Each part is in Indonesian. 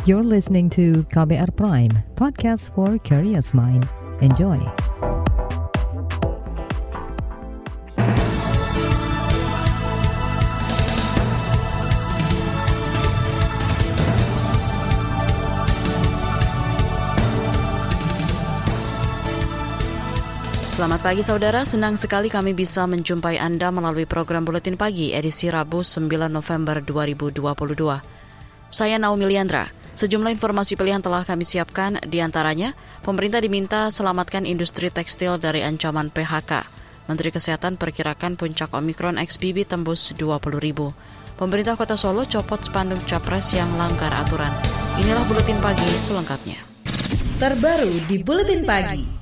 You're listening to KBR Prime, podcast for curious mind. Enjoy. Selamat pagi saudara, senang sekali kami bisa menjumpai Anda melalui program Buletin Pagi edisi Rabu 9 November 2022. Saya Naomi Liandra. Sejumlah informasi pilihan telah kami siapkan, diantaranya pemerintah diminta selamatkan industri tekstil dari ancaman PHK. Menteri Kesehatan perkirakan puncak Omikron XBB tembus 20.000. Pemerintah Kota Solo copot spanduk capres yang langgar aturan. Inilah Buletin Pagi selengkapnya. Terbaru di Buletin Pagi.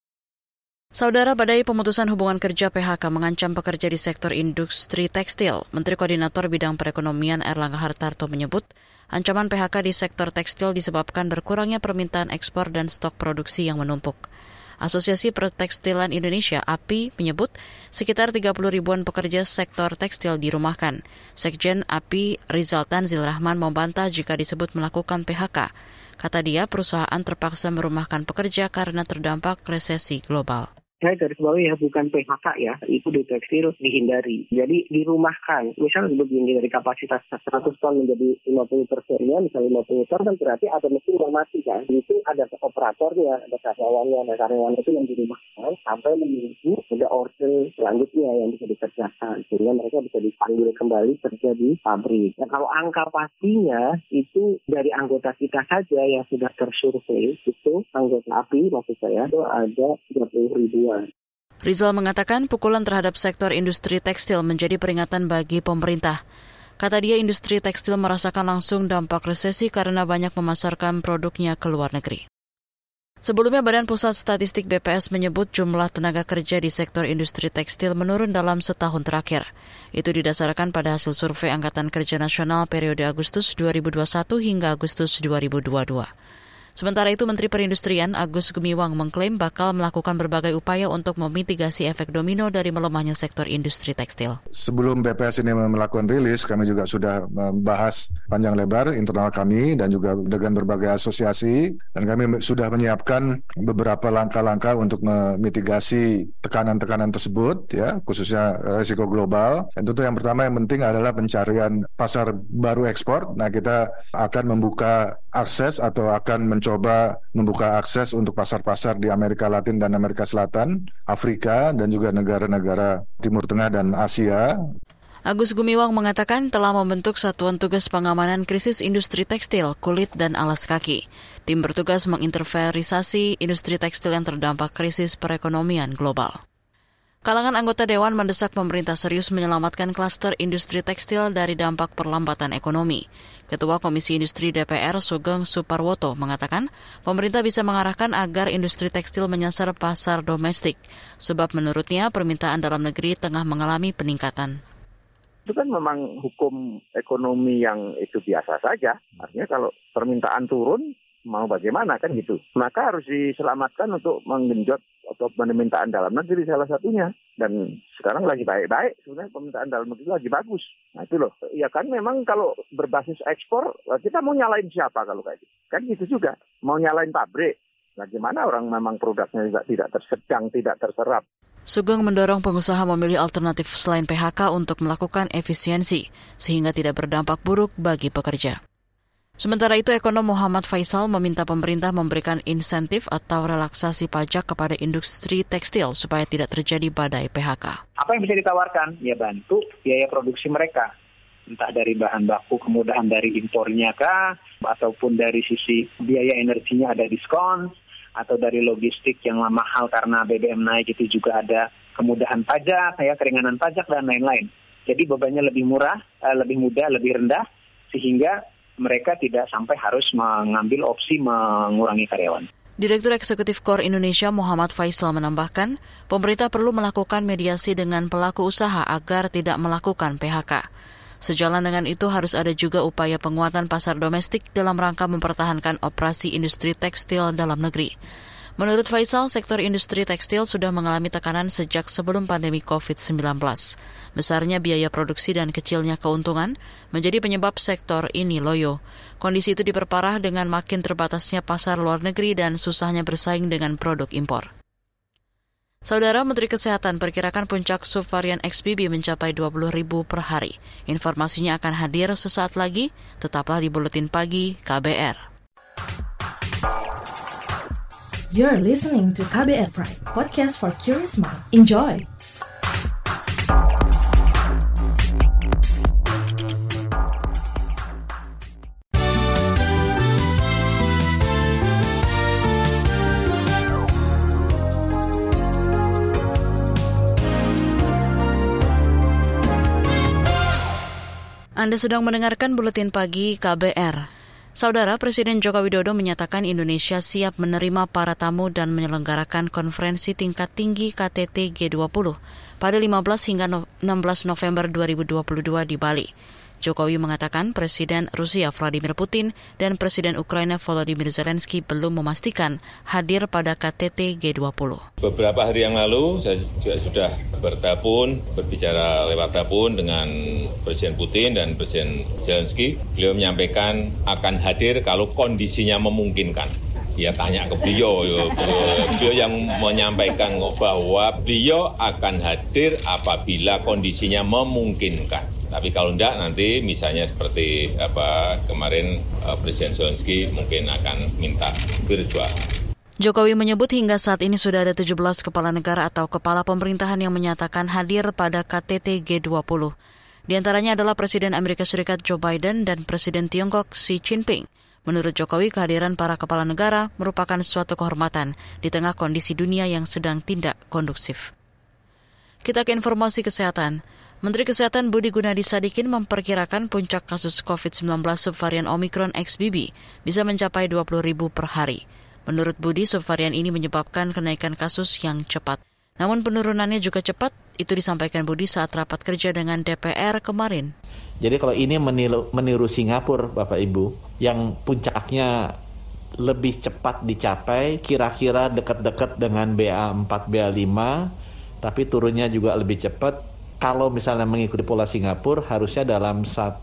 Saudara, badai pemutusan hubungan kerja PHK mengancam pekerja di sektor industri tekstil. Menteri Koordinator Bidang Perekonomian Erlangga Hartarto menyebut, ancaman PHK di sektor tekstil disebabkan berkurangnya permintaan ekspor dan stok produksi yang menumpuk. Asosiasi Pertekstilan Indonesia (API) menyebut sekitar 30 ribuan pekerja sektor tekstil dirumahkan. Sekjen API Rizal Tanzil Rahman membantah jika disebut melakukan PHK. Kata dia, perusahaan terpaksa merumahkan pekerja karena terdampak resesi global. Saya garis bawahi ya, bukan PHK ya, itu di tekstil dihindari. Jadi dirumahkan, misalnya begini, dari kapasitas 100 ton menjadi 50%, ya, misalnya 50 ton kan berarti ada mesin yang mati kan. Itu ada operatornya, ada karyawan itu yang dirumahkan sampai menunggu ada order selanjutnya yang bisa dikerjakan. Sehingga mereka bisa dipanggil kembali kerja di pabrik. Nah, kalau angka pastinya itu dari anggota kita saja yang sudah tersurvei, itu anggota API maksud saya itu ada 30 ribu. Rizal mengatakan pukulan terhadap sektor industri tekstil menjadi peringatan bagi pemerintah. Kata dia, industri tekstil merasakan langsung dampak resesi karena banyak memasarkan produknya ke luar negeri. Sebelumnya, Badan Pusat Statistik BPS menyebut jumlah tenaga kerja di sektor industri tekstil menurun dalam setahun terakhir. Itu didasarkan pada hasil survei Angkatan Kerja Nasional periode Agustus 2021 hingga Agustus 2022. Sementara itu, Menteri Perindustrian Agus Gumiwang mengklaim bakal melakukan berbagai upaya untuk memitigasi efek domino dari melemahnya sektor industri tekstil. Sebelum BPS ini melakukan rilis, kami juga sudah membahas panjang lebar internal kami dan juga dengan berbagai asosiasi. Dan kami sudah menyiapkan beberapa langkah-langkah untuk memitigasi tekanan-tekanan tersebut, ya, khususnya risiko global. Dan tentu yang pertama yang penting adalah pencarian pasar baru ekspor. Nah, kita akan membuka akses atau akan mencoba membuka akses untuk pasar-pasar di Amerika Latin dan Amerika Selatan, Afrika, dan juga negara-negara Timur Tengah dan Asia. Agus Gumiwang mengatakan telah membentuk Satuan Tugas Pengamanan Krisis Industri Tekstil, Kulit, dan Alas Kaki. Tim bertugas mengintervensi industri tekstil yang terdampak krisis perekonomian global. Kalangan anggota Dewan mendesak pemerintah serius menyelamatkan klaster industri tekstil dari dampak perlambatan ekonomi. Ketua Komisi Industri DPR Sugeng Suparwoto mengatakan pemerintah bisa mengarahkan agar industri tekstil menyasar pasar domestik, sebab menurutnya permintaan dalam negeri tengah mengalami peningkatan. Itu kan memang hukum ekonomi yang itu biasa saja. Artinya kalau permintaan turun, mau bagaimana kan gitu. Maka harus diselamatkan untuk menggenjot atau permintaan dalam negeri salah satunya. Dan sekarang lagi baik-baik, sebenarnya permintaan dalam negeri lagi bagus. Nah itu loh, ya kan memang kalau berbasis ekspor, kita mau nyalain siapa kalau kayak gitu? Kan gitu juga, mau nyalain pabrik. Bagaimana orang memang produknya juga tidak terserap. Sugeng mendorong pengusaha memilih alternatif selain PHK untuk melakukan efisiensi, sehingga tidak berdampak buruk bagi pekerja. Sementara itu, ekonom Muhammad Faisal meminta pemerintah memberikan insentif atau relaksasi pajak kepada industri tekstil supaya tidak terjadi badai PHK. Apa yang bisa ditawarkan? Ya bantu biaya produksi mereka. Entah dari bahan baku, kemudahan dari impornya kah, ataupun dari sisi biaya energinya ada diskon, atau dari logistik yang mahal karena BBM naik itu juga ada kemudahan pajak, ya keringanan pajak dan lain-lain. Jadi bebannya lebih murah, lebih mudah, lebih rendah, sehingga mereka tidak sampai harus mengambil opsi mengurangi karyawan. Direktur Eksekutif KOR Indonesia Muhammad Faisal menambahkan, pemerintah perlu melakukan mediasi dengan pelaku usaha agar tidak melakukan PHK. Sejalan dengan itu harus ada juga upaya penguatan pasar domestik dalam rangka mempertahankan operasi industri tekstil dalam negeri. Menurut Faisal, sektor industri tekstil sudah mengalami tekanan sejak sebelum pandemi COVID-19. Besarnya biaya produksi dan kecilnya keuntungan menjadi penyebab sektor ini loyo. Kondisi itu diperparah dengan makin terbatasnya pasar luar negeri dan susahnya bersaing dengan produk impor. Saudara Menteri Kesehatan perkirakan puncak subvarian XBB mencapai 20.000 per hari. Informasinya akan hadir sesaat lagi, tetaplah di Buletin Pagi KBR. You're listening to KBR Prime, podcast for curious mind. Enjoy! Anda sedang mendengarkan Buletin Pagi KBR. Saudara, Presiden Joko Widodo menyatakan Indonesia siap menerima para tamu dan menyelenggarakan konferensi tingkat tinggi KTT G20 pada 15 hingga 16 November 2022 di Bali. Jokowi mengatakan Presiden Rusia Vladimir Putin dan Presiden Ukraina Volodymyr Zelensky belum memastikan hadir pada KTT G20. Beberapa hari yang lalu saya juga sudah berbicara lewat telepon dengan Presiden Putin dan Presiden Zelensky. Beliau menyampaikan akan hadir kalau kondisinya memungkinkan. Ya tanya ke beliau yang menyampaikan bahwa beliau akan hadir apabila kondisinya memungkinkan. Tapi kalau enggak nanti misalnya seperti kemarin Presiden Zelensky mungkin akan minta virtual. Jokowi menyebut hingga saat ini sudah ada 17 kepala negara atau kepala pemerintahan yang menyatakan hadir pada KTT G20. Di antaranya adalah Presiden Amerika Serikat Joe Biden dan Presiden Tiongkok Xi Jinping. Menurut Jokowi, kehadiran para kepala negara merupakan suatu kehormatan di tengah kondisi dunia yang sedang tidak kondusif. Kita ke informasi kesehatan. Menteri Kesehatan Budi Gunadi Sadikin memperkirakan puncak kasus COVID-19 subvarian Omicron XBB bisa mencapai 20.000 per hari. Menurut Budi, subvarian ini menyebabkan kenaikan kasus yang cepat. Namun penurunannya juga cepat, itu disampaikan Budi saat rapat kerja dengan DPR kemarin. Jadi kalau ini meniru Singapura, Bapak Ibu, yang puncaknya lebih cepat dicapai, kira-kira dekat-dekat dengan BA4, BA5, tapi turunnya juga lebih cepat. Kalau misalnya mengikuti pola Singapura, harusnya dalam 1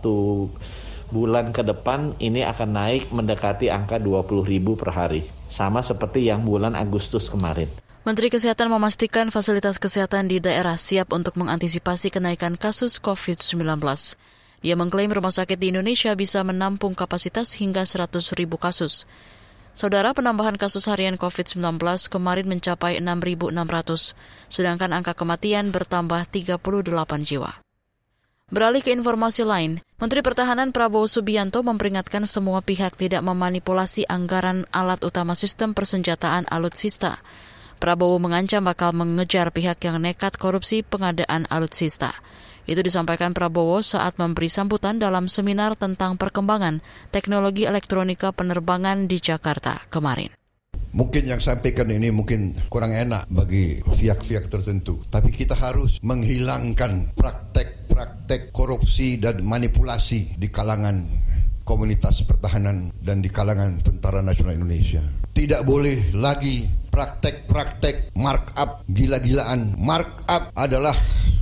bulan ke depan ini akan naik mendekati angka 20.000 per hari. Sama seperti yang bulan Agustus kemarin. Menteri Kesehatan memastikan fasilitas kesehatan di daerah siap untuk mengantisipasi kenaikan kasus COVID-19. Dia mengklaim rumah sakit di Indonesia bisa menampung kapasitas hingga 100.000 kasus. Saudara, penambahan kasus harian COVID-19 kemarin mencapai 6.600, sedangkan angka kematian bertambah 38 jiwa. Beralih ke informasi lain, Menteri Pertahanan Prabowo Subianto memperingatkan semua pihak tidak memanipulasi anggaran alat utama sistem persenjataan alutsista. Prabowo mengancam bakal mengejar pihak yang nekat korupsi pengadaan alutsista. Itu disampaikan Prabowo saat memberi sambutan dalam seminar tentang perkembangan teknologi elektronika penerbangan di Jakarta kemarin. Mungkin yang sampaikan ini mungkin kurang enak bagi pihak-pihak tertentu. Tapi kita harus menghilangkan praktek korupsi dan manipulasi di kalangan komunitas pertahanan dan di kalangan Tentara Nasional Indonesia. Tidak boleh lagi praktek markup gila-gilaan. Markup adalah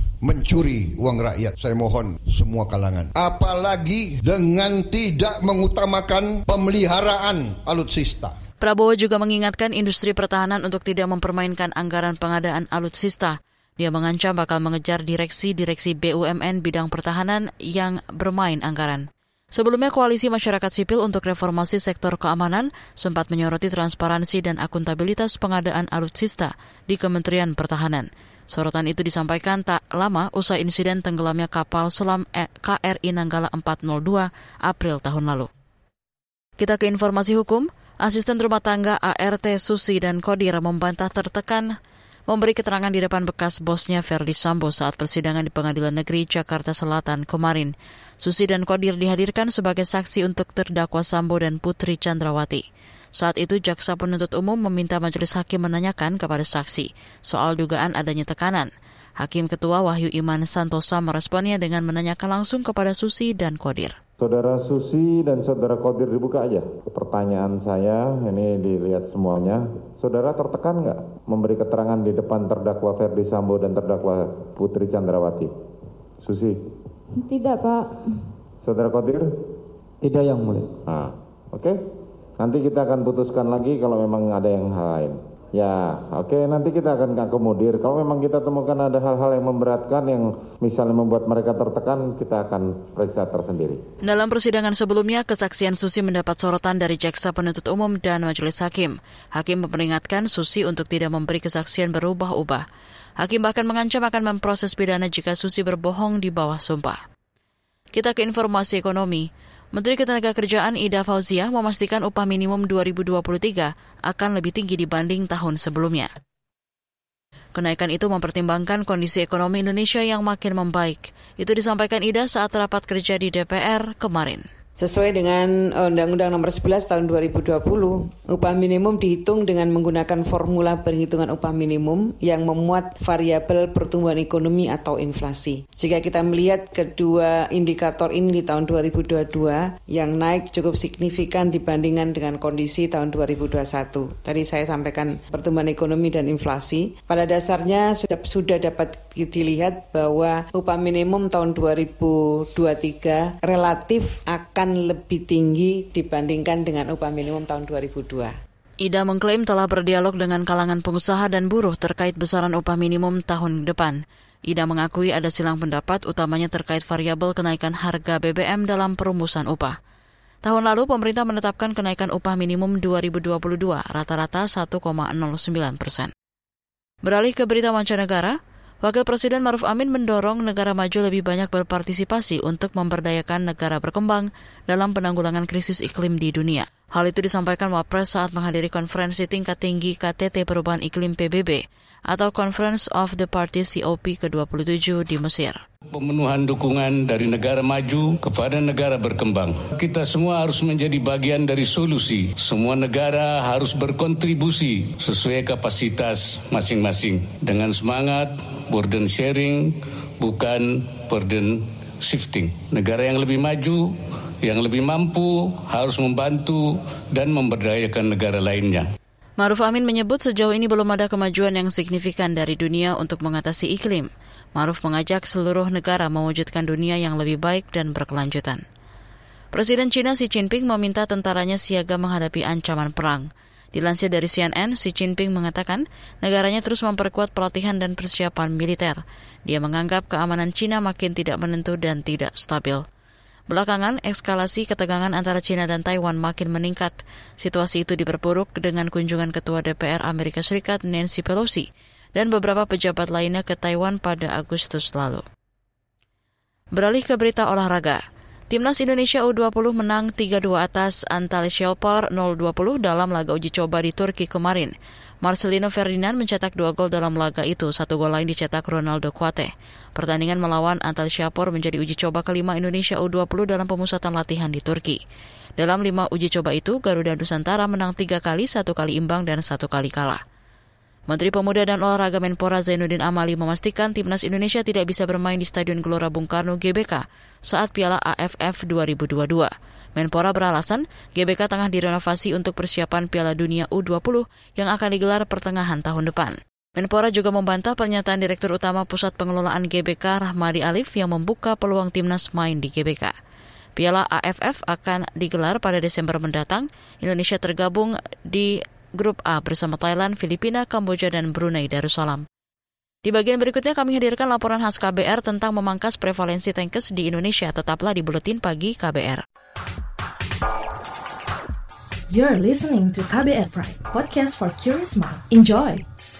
mencuri uang rakyat. Saya mohon semua kalangan. Apalagi dengan tidak mengutamakan pemeliharaan alutsista. Prabowo juga mengingatkan industri pertahanan untuk tidak mempermainkan anggaran pengadaan alutsista. Dia mengancam bakal mengejar direksi-direksi BUMN bidang pertahanan yang bermain anggaran. Sebelumnya, Koalisi Masyarakat Sipil untuk Reformasi Sektor Keamanan sempat menyoroti transparansi dan akuntabilitas pengadaan alutsista di Kementerian Pertahanan. Sorotan itu disampaikan tak lama usai insiden tenggelamnya kapal selam KRI Nanggala 402 April tahun lalu. Kita ke informasi hukum. Asisten rumah tangga ART Susi dan Kodir membantah tertekan memberi keterangan di depan bekas bosnya Verdi Sambo saat persidangan di Pengadilan Negeri Jakarta Selatan kemarin. Susi dan Kodir dihadirkan sebagai saksi untuk terdakwa Sambo dan Putri Chandrawati. Saat itu, Jaksa Penuntut Umum meminta majelis hakim menanyakan kepada saksi soal dugaan adanya tekanan. Hakim Ketua Wahyu Iman Santosa meresponnya dengan menanyakan langsung kepada Susi dan Kodir. Saudara Susi dan Saudara Qadir dibuka aja. Pertanyaan saya, ini dilihat semuanya. Saudara tertekan nggak memberi keterangan di depan terdakwa Ferdi Sambo dan terdakwa Putri Chandrawati? Susi? Tidak, Pak. Saudara Qadir? Tidak, Yang Mulia. Oke. Nanti kita akan putuskan lagi kalau memang ada yang lain. Ya, oke, nanti kita akan akomodir. Kalau memang kita temukan ada hal-hal yang memberatkan, yang misalnya membuat mereka tertekan, kita akan periksa tersendiri. Dalam persidangan sebelumnya, kesaksian Susi mendapat sorotan dari Jaksa Penuntut Umum dan Majelis Hakim. Hakim memperingatkan Susi untuk tidak memberi kesaksian berubah-ubah. Hakim bahkan mengancam akan memproses pidana jika Susi berbohong di bawah sumpah. Kita ke informasi ekonomi. Menteri Ketenagakerjaan Ida Fauziah memastikan upah minimum 2023 akan lebih tinggi dibanding tahun sebelumnya. Kenaikan itu mempertimbangkan kondisi ekonomi Indonesia yang makin membaik. Itu disampaikan Ida saat rapat kerja di DPR kemarin. Sesuai dengan Undang-Undang Nomor 11 Tahun 2020, upah minimum dihitung dengan menggunakan formula perhitungan upah minimum yang memuat variabel pertumbuhan ekonomi atau inflasi. Jika kita melihat kedua indikator ini di tahun 2022 yang naik cukup signifikan dibandingkan dengan kondisi tahun 2021. Tadi saya sampaikan pertumbuhan ekonomi dan inflasi. Pada dasarnya sudah dapat dilihat bahwa upah minimum tahun 2023 relatif akan lebih tinggi dibandingkan dengan upah minimum tahun 2002. Ida mengklaim telah berdialog dengan kalangan pengusaha dan buruh terkait besaran upah minimum tahun depan. Ida mengakui ada silang pendapat utamanya terkait variabel kenaikan harga BBM dalam perumusan upah. Tahun lalu pemerintah menetapkan kenaikan upah minimum 2022 rata-rata 1,09%. Beralih ke berita mancanegara, Wakil Presiden Maruf Amin mendorong negara maju lebih banyak berpartisipasi untuk memberdayakan negara berkembang dalam penanggulangan krisis iklim di dunia. Hal itu disampaikan Wapres saat menghadiri konferensi tingkat tinggi KTT Perubahan Iklim PBB atau Conference of the Parties COP ke-27 di Mesir. Pemenuhan dukungan dari negara maju kepada negara berkembang. Kita semua harus menjadi bagian dari solusi. Semua negara harus berkontribusi sesuai kapasitas masing-masing. Dengan semangat burden sharing, bukan burden shifting. Negara yang lebih maju, yang lebih mampu, harus membantu dan memberdayakan negara lainnya. Maruf Amin menyebut sejauh ini belum ada kemajuan yang signifikan dari dunia untuk mengatasi iklim. Maruf mengajak seluruh negara mewujudkan dunia yang lebih baik dan berkelanjutan. Presiden China Xi Jinping meminta tentaranya siaga menghadapi ancaman perang. Dilansir dari CNN, Xi Jinping mengatakan negaranya terus memperkuat pelatihan dan persiapan militer. Dia menganggap keamanan China makin tidak menentu dan tidak stabil. Belakangan, eskalasi ketegangan antara China dan Taiwan makin meningkat. Situasi itu diperburuk dengan kunjungan Ketua DPR Amerika Serikat Nancy Pelosi dan beberapa pejabat lainnya ke Taiwan pada Agustus lalu. Beralih ke berita olahraga. Timnas Indonesia U20 menang 3-2 atas Antalyaspor 0-20 dalam laga uji coba di Turki kemarin. Marcelino Ferdinand mencetak 2 gol dalam laga itu, 1 gol lain dicetak Ronaldo Kuate. Pertandingan melawan Antalyaspor menjadi uji coba kelima Indonesia U20 dalam pemusatan latihan di Turki. Dalam 5 uji coba itu, Garuda Nusantara menang 3 kali, 1 kali imbang dan 1 kali kalah. Menteri Pemuda dan Olahraga Menpora Zainuddin Amali memastikan timnas Indonesia tidak bisa bermain di Stadion Gelora Bung Karno GBK saat Piala AFF 2022. Menpora beralasan GBK tengah direnovasi untuk persiapan Piala Dunia U20 yang akan digelar pertengahan tahun depan. Menpora juga membantah pernyataan Direktur Utama Pusat Pengelolaan GBK Rahmadi Alif yang membuka peluang timnas main di GBK. Piala AFF akan digelar pada Desember mendatang. Indonesia tergabung di Grup A bersama Thailand, Filipina, Kamboja, dan Brunei Darussalam. Di bagian berikutnya kami hadirkan laporan khas KBR tentang memangkas prevalensi tenkes di Indonesia. Tetaplah di Buletin Pagi KBR. You're listening to KBR Pride, podcast for curious mind. Enjoy!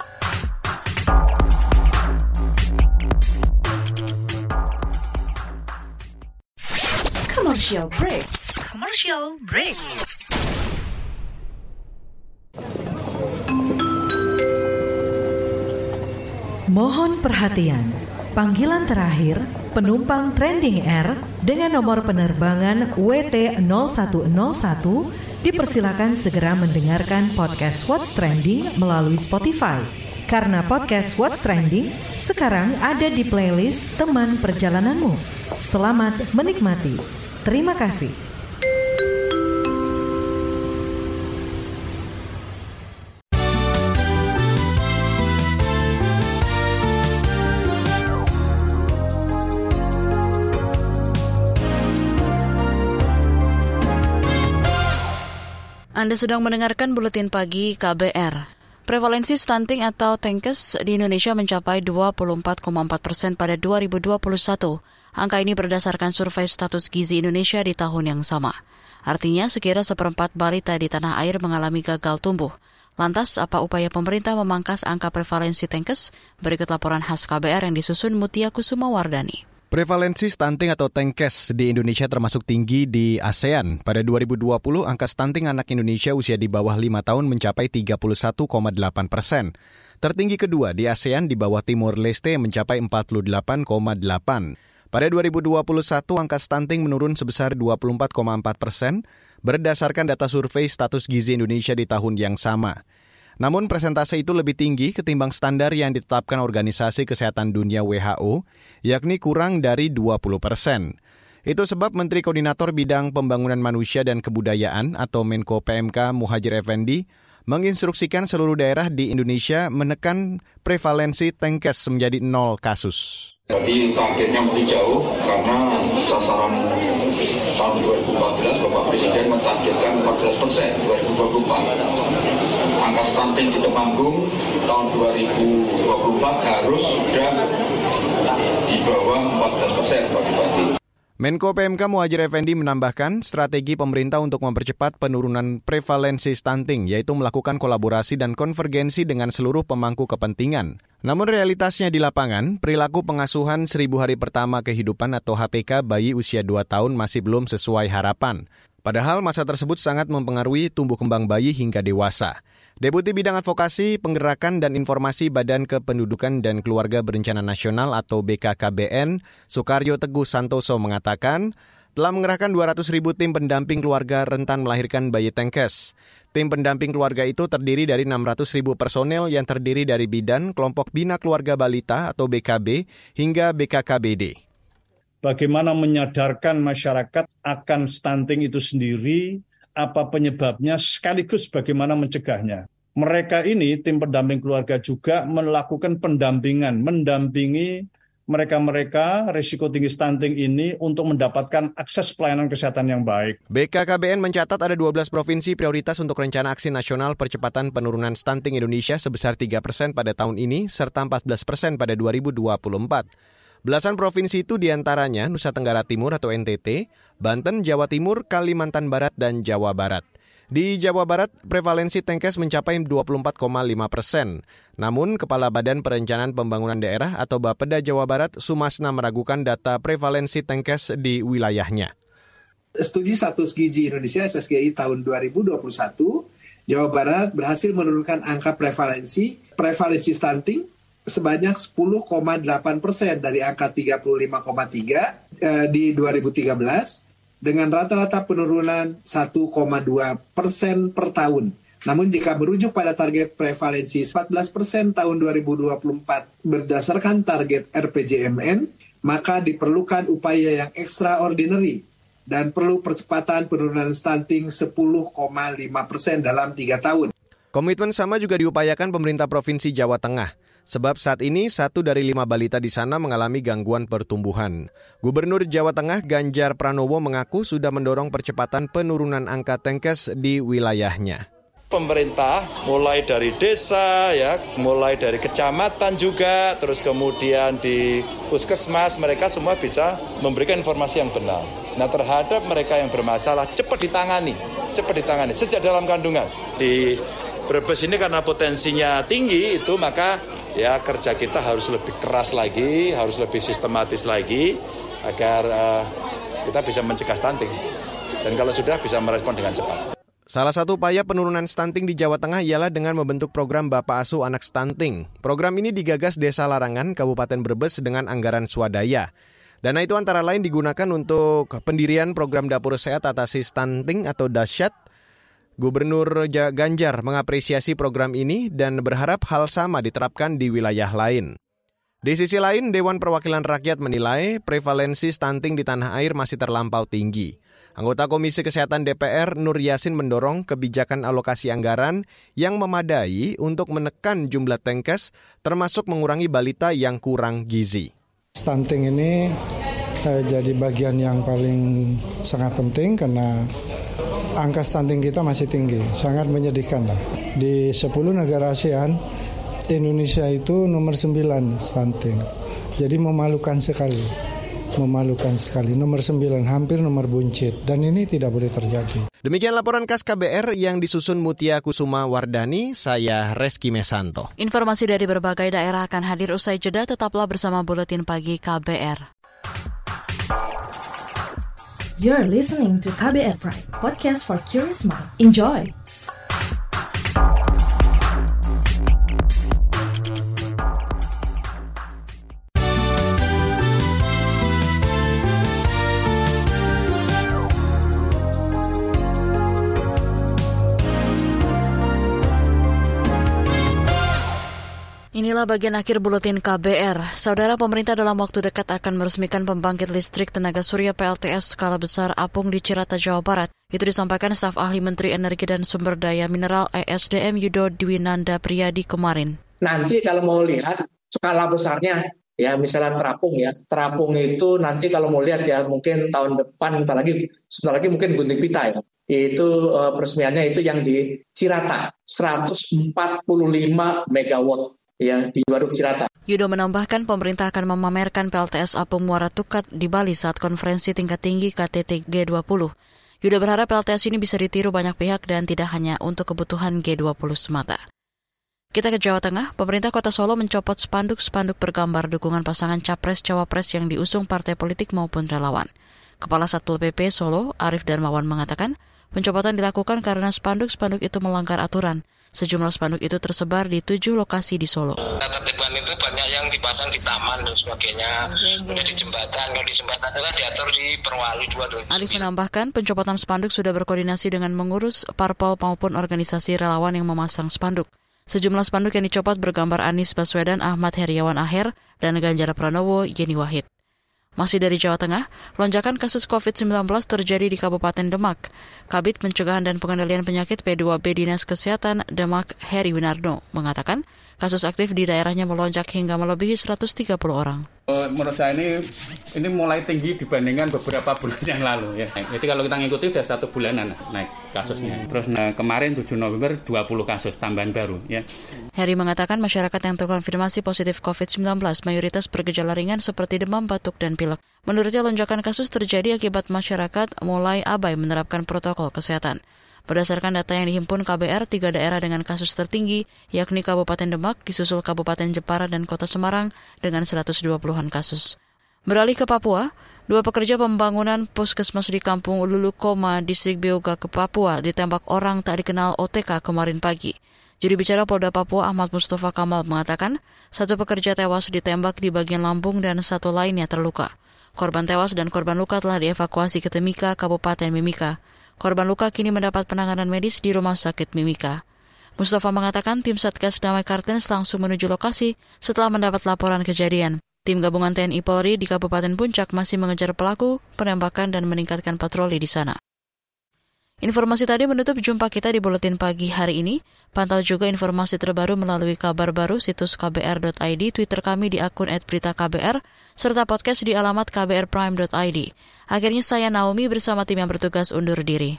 Commercial break. Commercial break. Mohon perhatian, panggilan terakhir penumpang Trending Air dengan nomor penerbangan WT0101 dipersilakan segera mendengarkan podcast What's Trending melalui Spotify. Karena podcast What's Trending sekarang ada di playlist teman perjalananmu. Selamat menikmati. Terima kasih. Anda sedang mendengarkan Buletin Pagi KBR. Prevalensi stunting atau TENKES di Indonesia mencapai 24,4% pada 2021. Angka ini berdasarkan survei status gizi Indonesia di tahun yang sama. Artinya sekira 1/4 balita di tanah air mengalami gagal tumbuh. Lantas, apa upaya pemerintah memangkas angka prevalensi TENKES? Berikut laporan khas KBR yang disusun Mutia Kusuma Wardani. Prevalensi stunting atau TENKES di Indonesia termasuk tinggi di ASEAN. Pada 2020, angka stunting anak Indonesia usia di bawah 5 tahun mencapai 31,8%. Tertinggi kedua di ASEAN di bawah Timor Leste mencapai 48,8%. Pada 2021, angka stunting menurun sebesar 24,4% berdasarkan data survei status gizi Indonesia di tahun yang sama. Namun persentase itu lebih tinggi ketimbang standar yang ditetapkan Organisasi Kesehatan Dunia WHO, yakni kurang dari 20%. Itu sebab Menteri Koordinator Bidang Pembangunan Manusia dan Kebudayaan atau Menko PMK Muhadjir Effendi menginstruksikan seluruh daerah di Indonesia menekan prevalensi TENKES menjadi 0 kasus. Jadi targetnya lebih jauh karena sasaran tahun 2014 Bapak Presiden mentargetkan 14% 2024. Angka stunting di Temanggung tahun 2024 harus sudah di bawah 14% Pak. Menko PMK Muhadjir Effendi menambahkan strategi pemerintah untuk mempercepat penurunan prevalensi stunting yaitu melakukan kolaborasi dan konvergensi dengan seluruh pemangku kepentingan. Namun realitasnya di lapangan, perilaku pengasuhan 1000 hari pertama kehidupan atau HPK bayi usia 2 tahun masih belum sesuai harapan. Padahal masa tersebut sangat mempengaruhi tumbuh kembang bayi hingga dewasa. Deputi Bidang Advokasi, Penggerakan dan Informasi Badan Kependudukan dan Keluarga Berencana Nasional atau BKKBN, Soekaryo Teguh Santoso mengatakan, telah mengerahkan 200.000 tim pendamping keluarga rentan melahirkan bayi TENKES. Tim pendamping keluarga itu terdiri dari 600.000 personel yang terdiri dari bidan, kelompok bina keluarga balita atau BKB, hingga BKKBD. Bagaimana menyadarkan masyarakat akan stunting itu sendiri, apa penyebabnya, sekaligus bagaimana mencegahnya. Mereka ini, tim pendamping keluarga juga melakukan pendampingan, mendampingi mereka-mereka risiko tinggi stunting ini untuk mendapatkan akses pelayanan kesehatan yang baik. BKKBN mencatat ada 12 provinsi prioritas untuk rencana aksi nasional percepatan penurunan stunting Indonesia sebesar 3% pada tahun ini, serta 14% pada 2024. Belasan provinsi itu diantaranya Nusa Tenggara Timur atau NTT, Banten, Jawa Timur, Kalimantan Barat, dan Jawa Barat. Di Jawa Barat, prevalensi TENKES mencapai 24,5%. Namun, Kepala Badan Perencanaan Pembangunan Daerah atau Bapeda Jawa Barat, Sumasna meragukan data prevalensi TENKES di wilayahnya. Studi Status Gizi Indonesia SSGI tahun 2021, Jawa Barat berhasil menurunkan angka prevalensi stunting sebanyak 10,8% dari angka 35,3 di 2013 dengan rata-rata penurunan 1,2% per tahun. Namun jika merujuk pada target prevalensi 14% tahun 2024 berdasarkan target RPJMN, maka diperlukan upaya yang extraordinary dan perlu percepatan penurunan stunting 10,5% dalam 3 tahun. Komitmen sama juga diupayakan pemerintah Provinsi Jawa Tengah. Sebab saat ini 1 dari 5 balita di sana mengalami gangguan pertumbuhan. Gubernur Jawa Tengah Ganjar Pranowo mengaku sudah mendorong percepatan penurunan angka TENKES di wilayahnya. Pemerintah mulai dari desa, mulai dari kecamatan juga, terus kemudian di puskesmas, mereka semua bisa memberikan informasi yang benar. Nah, terhadap mereka yang bermasalah cepat ditangani sejak dalam kandungan. Di Brebes ini karena potensinya tinggi itu, maka kerja kita harus lebih keras lagi, harus lebih sistematis lagi agar kita bisa mencegah stunting. Dan kalau sudah bisa merespon dengan cepat. Salah satu upaya penurunan stunting di Jawa Tengah ialah dengan membentuk program Bapak Asuh Anak Stunting. Program ini digagas Desa Larangan, Kabupaten Brebes dengan anggaran swadaya. Dana itu antara lain digunakan untuk pendirian program Dapur Sehat Atasi Stunting atau Dasyat. Gubernur Ganjar mengapresiasi program ini dan berharap hal sama diterapkan di wilayah lain. Di sisi lain, Dewan Perwakilan Rakyat menilai prevalensi stunting di tanah air masih terlampau tinggi. Anggota Komisi Kesehatan DPR Nur Yasin mendorong kebijakan alokasi anggaran yang memadai untuk menekan jumlah tenkes, termasuk mengurangi balita yang kurang gizi. Stunting ini jadi bagian yang paling sangat penting karena angka stunting kita masih tinggi, sangat menyedihkan lah. Di 10 negara ASEAN, Indonesia itu nomor 9 stunting. Jadi memalukan sekali. Nomor 9, hampir nomor buncit. Dan ini tidak boleh terjadi. Demikian laporan khas KBR yang disusun Mutia Kusuma Wardani, saya Reski Mesanto. Informasi dari berbagai daerah akan hadir usai jeda, tetaplah bersama Buletin Pagi KBR. You're listening to KBR Prime, podcast for curious mind. Enjoy! Inilah bagian akhir Buletin KBR. Saudara, pemerintah dalam waktu dekat akan meresmikan pembangkit listrik tenaga surya PLTS skala besar Apung di Cirata, Jawa Barat. Itu disampaikan staf ahli Menteri Energi dan Sumber Daya Mineral ESDM Yudo Dwinanda Priyadi kemarin. Nanti kalau mau lihat skala besarnya, ya misalnya terapung ya. Terapung itu nanti kalau mau lihat ya mungkin tahun depan, sebentar lagi mungkin gunting pita ya. Itu peresmiannya itu yang di Cirata, 145 megawatt. Ya, di Waduk Cirata. Yudo menambahkan pemerintah akan memamerkan PLTS Apung Muara Tukat di Bali saat konferensi tingkat tinggi KTT G20. Yudo berharap PLTS ini bisa ditiru banyak pihak dan tidak hanya untuk kebutuhan G20 semata. Kita ke Jawa Tengah, pemerintah Kota Solo mencopot spanduk-spanduk bergambar dukungan pasangan Capres-Cawapres yang diusung partai politik maupun relawan. Kepala Satpol PP Solo, Arif Darmawan mengatakan, pencopotan dilakukan karena spanduk-spanduk itu melanggar aturan. Sejumlah spanduk itu tersebar di 7 lokasi di Solo. Tertiban itu banyak yang dipasang di taman dan sebagainya, kemudian di jembatan. Kalau di jembatan itu kan diatur di Perwali 2. Arif menambahkan pencopotan spanduk sudah berkoordinasi dengan mengurus parpol maupun organisasi relawan yang memasang spanduk. Sejumlah spanduk yang dicopot bergambar Anies Baswedan, Ahmad Heriawan Aher, dan Ganjar Pranowo, Yeni Wahid. Masih dari Jawa Tengah, lonjakan kasus COVID-19 terjadi di Kabupaten Demak. Kabid Pencegahan dan Pengendalian Penyakit P2B Dinas Kesehatan Demak Heri Winardo mengatakan kasus aktif di daerahnya melonjak hingga melebihi 130 orang. Menurut saya ini mulai tinggi dibandingkan beberapa bulan yang lalu ya. Jadi kalau kita ngikuti udah 1 bulanan naik kasusnya. Terus kemarin 7 November 20 kasus tambahan baru ya. Heri mengatakan masyarakat yang terkonfirmasi positif COVID-19 mayoritas bergejala ringan seperti demam, batuk, dan pilek. Menurutnya lonjakan kasus terjadi akibat masyarakat mulai abai menerapkan protokol kesehatan. Berdasarkan data yang dihimpun KBR, 3 daerah dengan kasus tertinggi, yakni Kabupaten Demak, disusul Kabupaten Jepara dan Kota Semarang dengan 120-an kasus. Beralih ke Papua, 2 pekerja pembangunan puskesmas di Kampung Lulukoma, Distrik Beoga ke Papua, ditembak orang tak dikenal OTK kemarin pagi. Juru bicara Polda Papua Ahmad Mustafa Kamal mengatakan, 1 pekerja tewas ditembak di bagian lambung dan 1 lainnya terluka. Korban tewas dan korban luka telah dievakuasi ke Timika, Kabupaten Mimika. Korban luka kini mendapat penanganan medis di Rumah Sakit Mimika. Mustafa mengatakan tim Satgas Damai Kartens langsung menuju lokasi setelah mendapat laporan kejadian. Tim gabungan TNI Polri di Kabupaten Puncak masih mengejar pelaku penembakan dan meningkatkan patroli di sana. Informasi tadi menutup jumpa kita di Buletin Pagi hari ini. Pantau juga informasi terbaru melalui kabar baru situs kbr.id, Twitter kami di akun @beritaKBR, serta podcast di alamat kbrprime.id. Akhirnya saya Naomi bersama tim yang bertugas undur diri.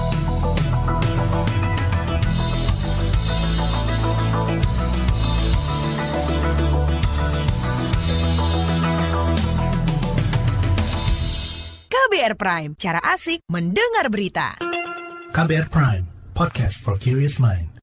KBR Prime, cara asik mendengar berita. KBR Prime, podcast for curious mind.